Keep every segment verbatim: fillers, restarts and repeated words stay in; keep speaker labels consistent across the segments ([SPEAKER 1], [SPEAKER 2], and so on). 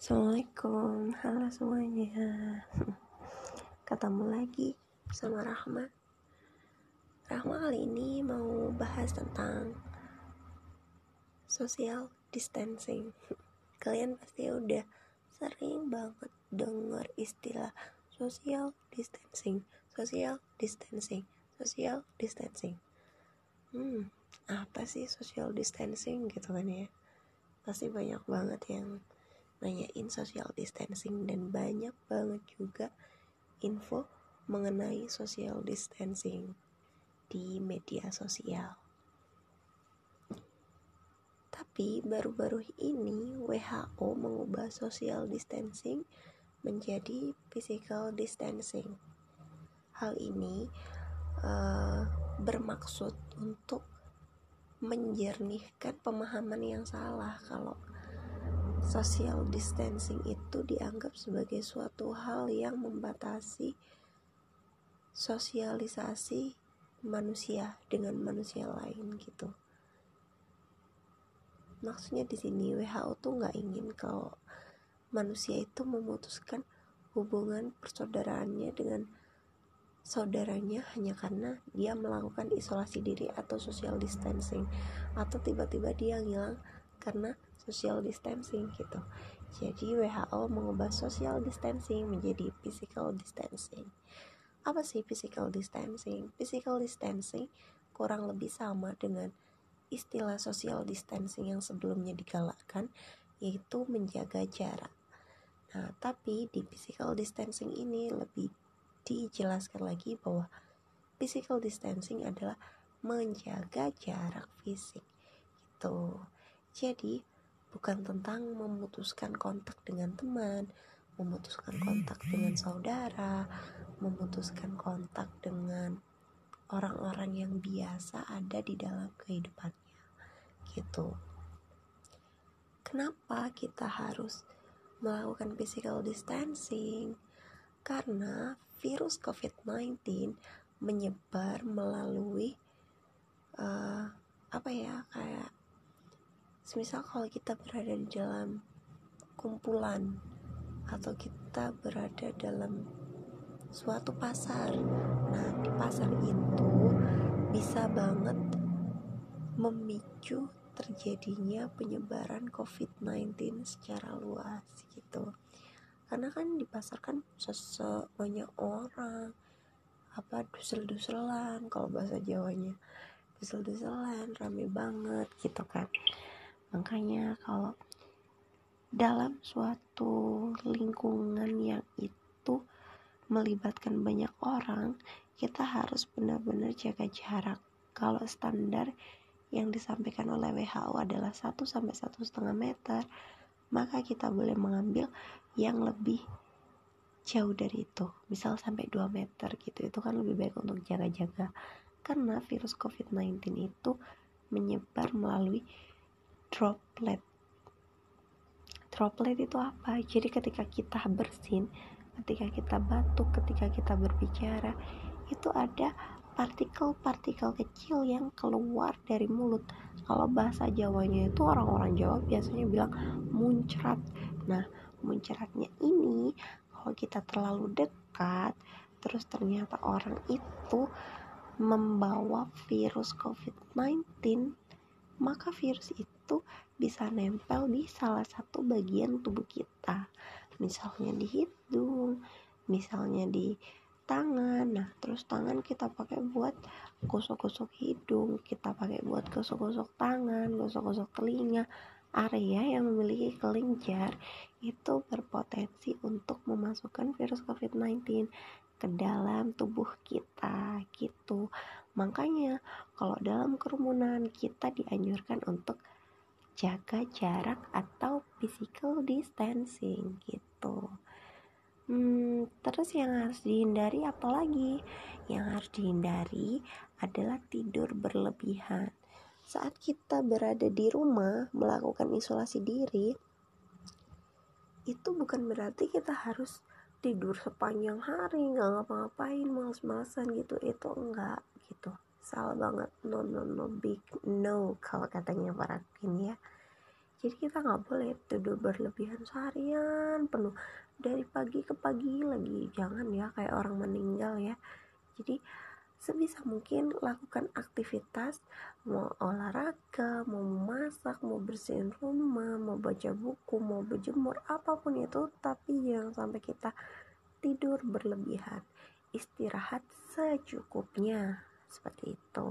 [SPEAKER 1] Assalamualaikum, halo semuanya. Ketemu lagi sama Rahma. Rahma kali ini mau bahas tentang social distancing. Kalian pasti udah sering banget dengar istilah social distancing, social distancing, social distancing. Hmm, apa sih social distancing gitu kan ya? Pasti banyak banget yang nanyain social distancing dan banyak banget juga info mengenai social distancing di media sosial. Tapi baru-baru ini W H O mengubah social distancing menjadi physical distancing. Hal ini uh, bermaksud untuk menjernihkan pemahaman yang salah kalau social distancing itu dianggap sebagai suatu hal yang membatasi sosialisasi manusia dengan manusia lain gitu. Maksudnya di sini W H O tuh nggak ingin kalau manusia itu memutuskan hubungan persaudaraannya dengan saudaranya hanya karena dia melakukan isolasi diri atau social distancing, atau tiba-tiba dia ngilang karena social distancing gitu. Jadi W H O mengubah social distancing menjadi physical distancing. Apa sih physical distancing? Physical distancing kurang lebih sama dengan istilah social distancing yang sebelumnya digalakkan, yaitu menjaga jarak. Nah, tapi di physical distancing ini lebih dijelaskan lagi bahwa physical distancing adalah menjaga jarak fisik gitu. Jadi bukan tentang memutuskan kontak dengan teman, memutuskan kontak dengan saudara, memutuskan kontak dengan orang-orang yang biasa ada di dalam kehidupannya gitu. Kenapa kita harus melakukan physical distancing? Karena virus covid sembilan belas menyebar melalui uh, apa ya kayak semisal kalau kita berada di dalam kumpulan atau kita berada dalam suatu pasar. Nah, di pasar itu bisa banget memicu terjadinya penyebaran covid sembilan belas secara luas gitu. Karena kan di pasar kan banyak orang, apa dusel-duselan kalau bahasa Jawanya, dusel-duselan, rame banget gitu kan. Makanya kalau dalam suatu lingkungan yang itu melibatkan banyak orang, kita harus benar-benar jaga jarak. Kalau standar yang disampaikan oleh W H O adalah satu sampai satu koma lima meter, maka kita boleh mengambil yang lebih jauh dari itu, misal sampai dua meter gitu. Itu kan lebih baik untuk jaga-jaga, karena virus covid sembilan belas itu menyebar melalui droplet. Droplet itu apa? Jadi ketika kita bersin, ketika kita batuk, ketika kita berbicara, itu ada partikel-partikel kecil yang keluar dari mulut. Kalau bahasa Jawanya itu orang-orang Jawa biasanya bilang muncrat. Nah, muncratnya ini kalau kita terlalu dekat, terus ternyata orang itu membawa virus covid sembilan belas, maka virus itu bisa nempel di salah satu bagian tubuh kita. Misalnya di hidung, misalnya di tangan. Nah, terus tangan kita pakai buat gosok-gosok hidung, kita pakai buat gosok-gosok tangan, gosok-gosok telinga. Area yang memiliki kelenjar itu berpotensi untuk memasukkan virus covid sembilan belas ke dalam tubuh kita gitu. Makanya kalau dalam kerumunan kita dianjurkan untuk jaga jarak atau physical distancing gitu. Hmm, terus yang harus dihindari apa lagi? Yang harus dihindari adalah tidur berlebihan. Saat kita berada di rumah melakukan isolasi diri, itu bukan berarti kita harus tidur sepanjang hari, nggak ngapa-ngapain, males-malesan gitu. Itu enggak gitu. Salah banget. No, no, no, big no kalau katanya para queen ya. Jadi kita nggak boleh tidur berlebihan seharian penuh dari pagi ke pagi lagi, jangan ya kayak orang meninggal ya. Jadi sebisa mungkin lakukan aktivitas, mau olahraga, mau memasak, mau bersihin rumah, mau baca buku, mau berjemur, apapun itu, tapi jangan sampai kita tidur berlebihan. Istirahat secukupnya, seperti itu.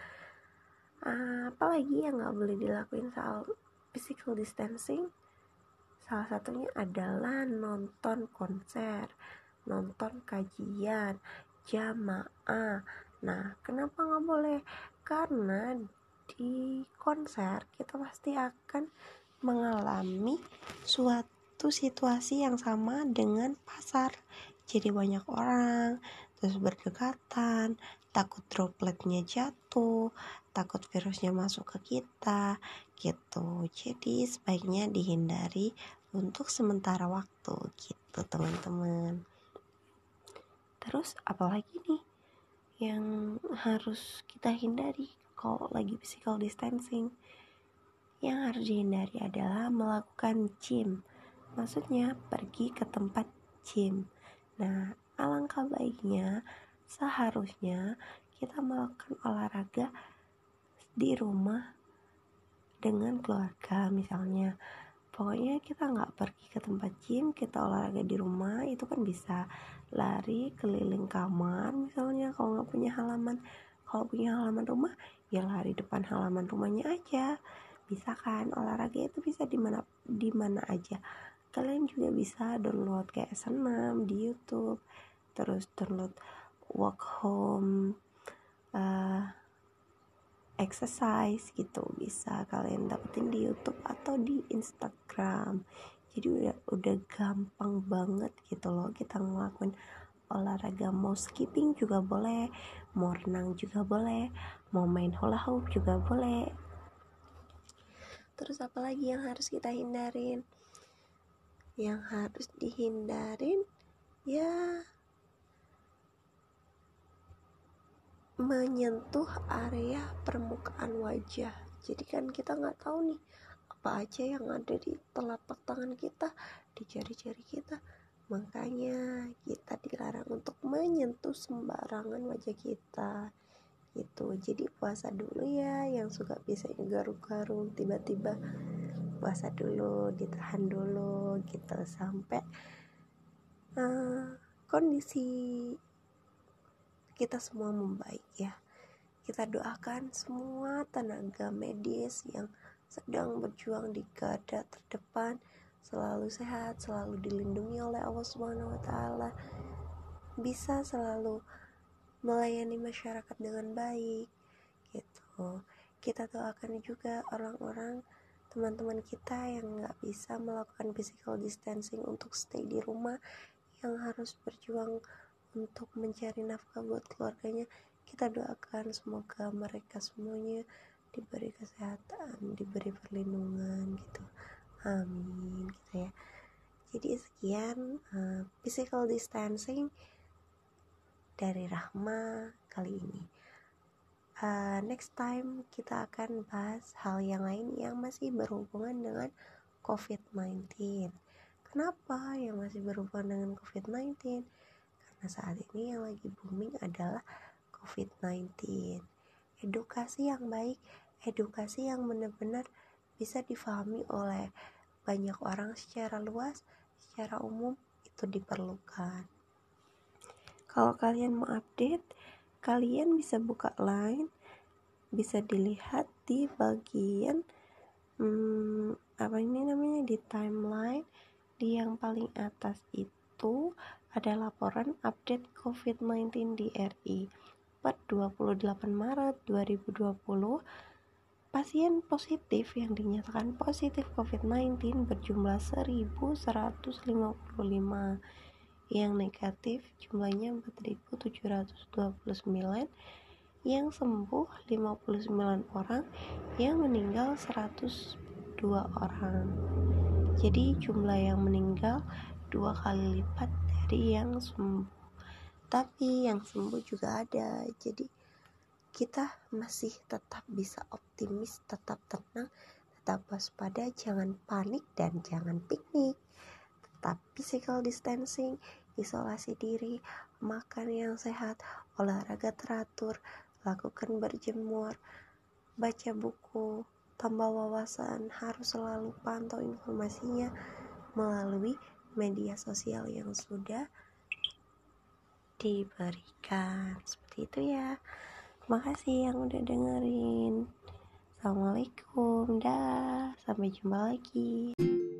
[SPEAKER 1] Apalagi yang gak boleh dilakuin soal physical distancing, salah satunya adalah nonton konser, nonton kajian jamaah. Nah, kenapa nggak boleh? Karena di konser kita pasti akan mengalami suatu situasi yang sama dengan pasar. Jadi banyak orang, terus berdekatan, takut dropletnya jatuh, takut virusnya masuk ke kita, gitu. Jadi sebaiknya dihindari untuk sementara waktu, gitu teman-teman. Terus apalagi nih yang harus kita hindari kalau lagi physical distancing? Yang harus dihindari adalah melakukan gym. Maksudnya pergi ke tempat gym. Nah, alangkah baiknya seharusnya kita melakukan olahraga di rumah dengan keluarga misalnya. Pokoknya kita nggak pergi ke tempat gym, kita olahraga di rumah. Itu kan bisa lari keliling kamar misalnya kalau nggak punya halaman. Kalau punya halaman rumah, ya lari depan halaman rumahnya aja. Bisa kan, olahraga itu bisa di mana di mana aja. Kalian juga bisa download kayak senam di YouTube, terus download walk home uh, exercise gitu, bisa kalian dapetin di YouTube atau di Instagram. Jadi udah udah gampang banget gitu loh kita ngelakuin olahraga. Mau skipping juga boleh, mau renang juga boleh, mau main hula hoop juga boleh. Terus apa lagi yang harus kita hindarin? Yang harus dihindarin ya menyentuh area permukaan wajah. Jadi kan kita nggak tahu nih apa aja yang ada di telapak tangan kita, di jari-jari kita. Makanya kita dilarang untuk menyentuh sembarangan wajah kita gitu. Jadi puasa dulu ya, yang suka biasanya garuk-garuk tiba-tiba puasa dulu, ditahan dulu gitu sampai uh, kondisi kita semua membaik ya. Kita doakan semua tenaga medis yang sedang berjuang di garda terdepan selalu sehat, selalu dilindungi oleh Allah Subhanahu wa taala, bisa selalu melayani masyarakat dengan baik gitu. Kita doakan juga orang-orang teman-teman kita yang nggak bisa melakukan physical distancing untuk stay di rumah, yang harus berjuang untuk mencari nafkah buat keluarganya. Kita doakan semoga mereka semuanya diberi kesehatan, diberi perlindungan gitu. Amin gitu ya. Jadi sekian uh, physical distancing dari Rahma kali ini. Uh, next time kita akan bahas hal yang lain yang masih berhubungan dengan covid sembilan belas. Kenapa yang masih berhubungan dengan covid sembilan belas? Karena saat ini yang lagi booming adalah covid sembilan belas. Edukasi yang baik, edukasi yang benar-benar bisa difahami oleh banyak orang secara luas, secara umum, itu diperlukan. Kalau kalian mau update, kalian bisa buka line, bisa dilihat di bagian hmm, apa ini namanya, di timeline. Di yang paling atas itu ada laporan update covid sembilan belas di R I per dua puluh delapan Maret dua ribu dua puluh. Pasien positif yang dinyatakan positif covid sembilan belas berjumlah seribu seratus lima puluh lima, yang negatif jumlahnya empat ribu tujuh ratus dua puluh sembilan, yang sembuh lima puluh sembilan orang, yang meninggal seratus dua orang. Jadi jumlah yang meninggal dua kali lipat dari yang sembuh. Tapi yang sembuh juga ada. Jadi kita masih tetap bisa optimis, tetap tenang, tetap waspada, jangan panik dan jangan piknik. Tetap physical distancing, isolasi diri, makan yang sehat, olahraga teratur, lakukan berjemur, baca buku, tambah wawasan, harus selalu pantau informasinya melalui media sosial yang sudah diberikan. Seperti itu ya. Terima kasih yang udah dengerin. Assalamualaikum, dah, sampai jumpa lagi.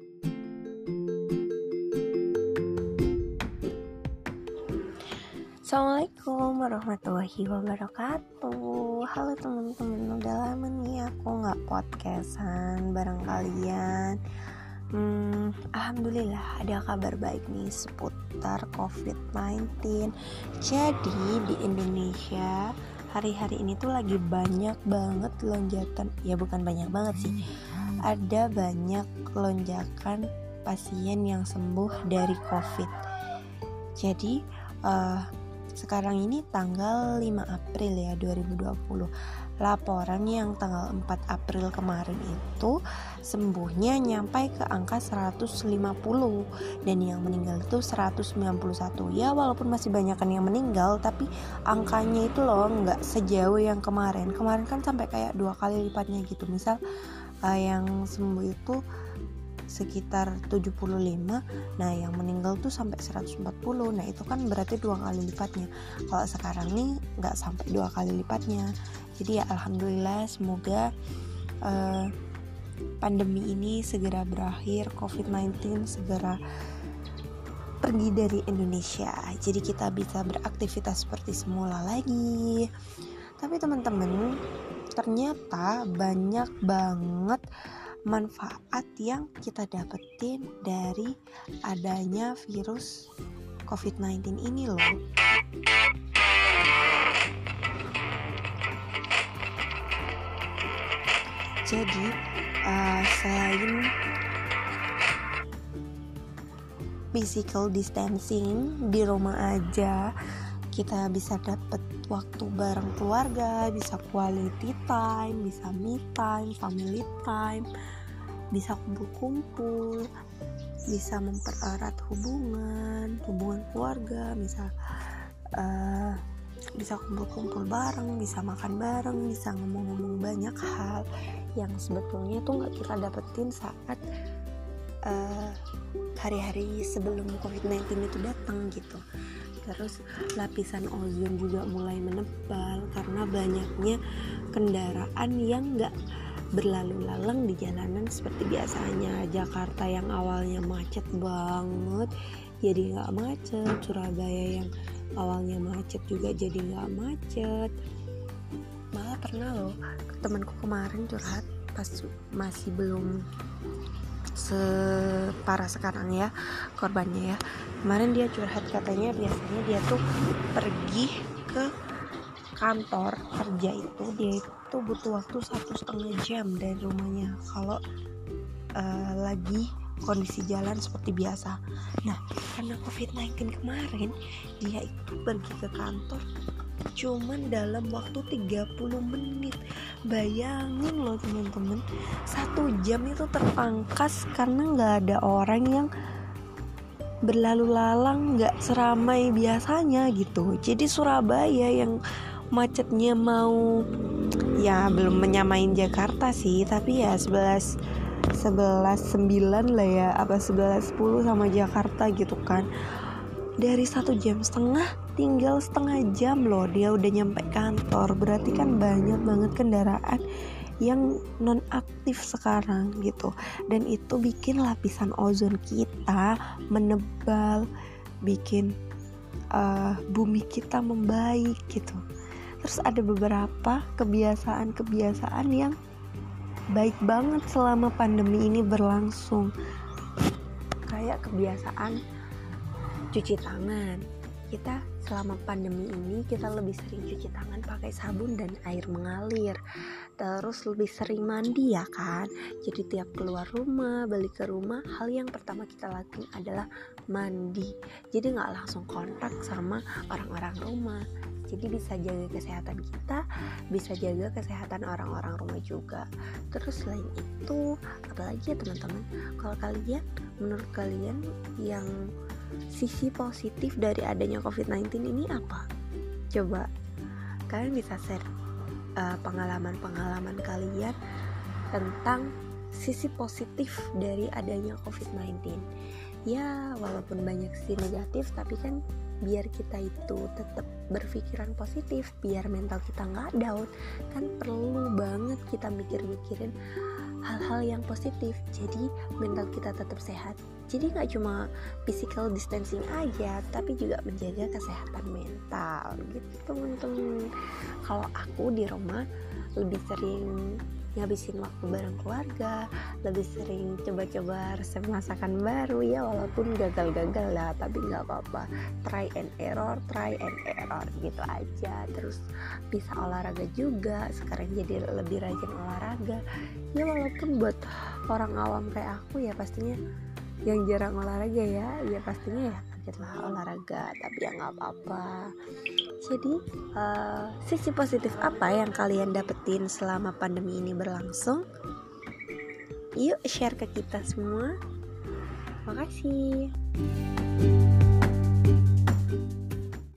[SPEAKER 1] Assalamualaikum warahmatullahi wabarakatuh. Halo teman-teman, udah lama nih aku gak podcastan bareng kalian. Hmm, Alhamdulillah ada kabar baik nih seputar covid sembilan belas. Jadi di Indonesia hari-hari ini tuh lagi banyak banget lonjakan. Ya bukan banyak banget sih, ada banyak lonjakan pasien yang sembuh dari covid. Jadi uh, sekarang ini tanggal lima April ya dua ribu dua puluh. Laporan yang tanggal empat April kemarin itu sembuhnya nyampai ke angka seratus lima puluh dan yang meninggal itu seratus sembilan puluh satu. Ya walaupun masih banyak kan yang meninggal, tapi angkanya itu loh nggak sejauh yang kemarin. Kemarin kan sampai kayak dua kali lipatnya gitu. Misal uh, yang sembuh itu sekitar tujuh puluh lima, nah yang meninggal tuh sampai seratus empat puluh. Nah itu kan berarti dua kali lipatnya. Kalau sekarang nih nggak sampai dua kali lipatnya. Jadi ya alhamdulillah, semoga uh, pandemi ini segera berakhir, covid sembilan belas segera pergi dari Indonesia, jadi kita bisa beraktivitas seperti semula lagi. Tapi teman-teman, ternyata banyak banget manfaat yang kita dapetin dari adanya virus covid sembilan belas ini loh. Jadi uh, selain physical distancing di rumah aja, kita bisa dapet waktu bareng keluarga, bisa quality time, bisa me time, family time, bisa kumpul-kumpul, bisa mempererat hubungan, hubungan keluarga, bisa uh, bisa kumpul-kumpul bareng, bisa makan bareng, bisa ngomong-ngomong banyak hal yang sebetulnya tuh nggak kita dapetin saat uh, hari-hari sebelum covid sembilan belas itu datang gitu. Terus lapisan ozon juga mulai menebal karena banyaknya kendaraan yang gak berlalu lalang di jalanan seperti biasanya. Jakarta yang awalnya macet banget jadi gak macet, Surabaya yang awalnya macet juga jadi gak macet. Malah pernah loh temanku kemarin curhat pas masih belum separah sekarang ya korbannya ya. Kemarin dia curhat, katanya biasanya dia tuh pergi ke kantor kerja itu dia itu butuh waktu satu setengah jam dari rumahnya kalau uh, lagi kondisi jalan seperti biasa. Nah karena covid sembilan belas kemarin dia itu pergi ke kantor cuman dalam waktu tiga puluh menit. Bayangin loh teman-teman, satu jam itu terpangkas karena gak ada orang yang berlalu lalang, gak seramai biasanya gitu. Jadi Surabaya yang macetnya mau ya belum menyamain Jakarta sih, tapi ya sebelas sebelas sembilan lah ya, apa sebelas sepuluh sama Jakarta gitu kan. Dari satu jam setengah tinggal setengah jam loh dia udah nyampe kantor. Berarti kan banyak banget kendaraan yang non aktif sekarang gitu, dan itu bikin lapisan ozon kita menebal, bikin uh, bumi kita membaik gitu. Terus ada beberapa kebiasaan-kebiasaan yang baik banget selama pandemi ini berlangsung, kayak kebiasaan cuci tangan. Kita selama pandemi ini kita lebih sering cuci tangan pakai sabun dan air mengalir. Terus lebih sering mandi ya kan. Jadi tiap keluar rumah, balik ke rumah, hal yang pertama kita lakukan adalah mandi. Jadi gak langsung kontak sama orang-orang rumah. Jadi bisa jaga kesehatan kita, bisa jaga kesehatan orang-orang rumah juga. Terus selain itu, apalagi ya teman-teman, kalau kalian, menurut kalian yang sisi positif dari adanya covid sembilan belas ini apa? Coba kalian bisa share uh, pengalaman-pengalaman kalian tentang sisi positif dari adanya covid sembilan belas. Ya walaupun banyak sisi negatif, tapi kan biar kita itu tetap berpikiran positif, biar mental kita nggak down, kan perlu banget kita mikir-mikirin hal-hal yang positif. Jadi mental kita tetap sehat. Jadi nggak cuma physical distancing aja, tapi juga menjaga kesehatan mental gitu teman-teman. Kalau aku di rumah lebih sering ngabisin waktu bareng keluarga, lebih sering coba-coba resep masakan baru, ya walaupun gagal-gagal lah, tapi nggak apa-apa, try and error, try and error gitu aja. Terus bisa olahraga juga, sekarang jadi lebih rajin olahraga. Ya walaupun buat orang awam kayak aku ya pastinya yang jarang olahraga ya, ya pastinya ya kagetlah olahraga, tapi ya nggak apa-apa. Jadi uh, sisi positif apa yang kalian dapetin selama pandemi ini berlangsung? Yuk share ke kita semua. Makasih.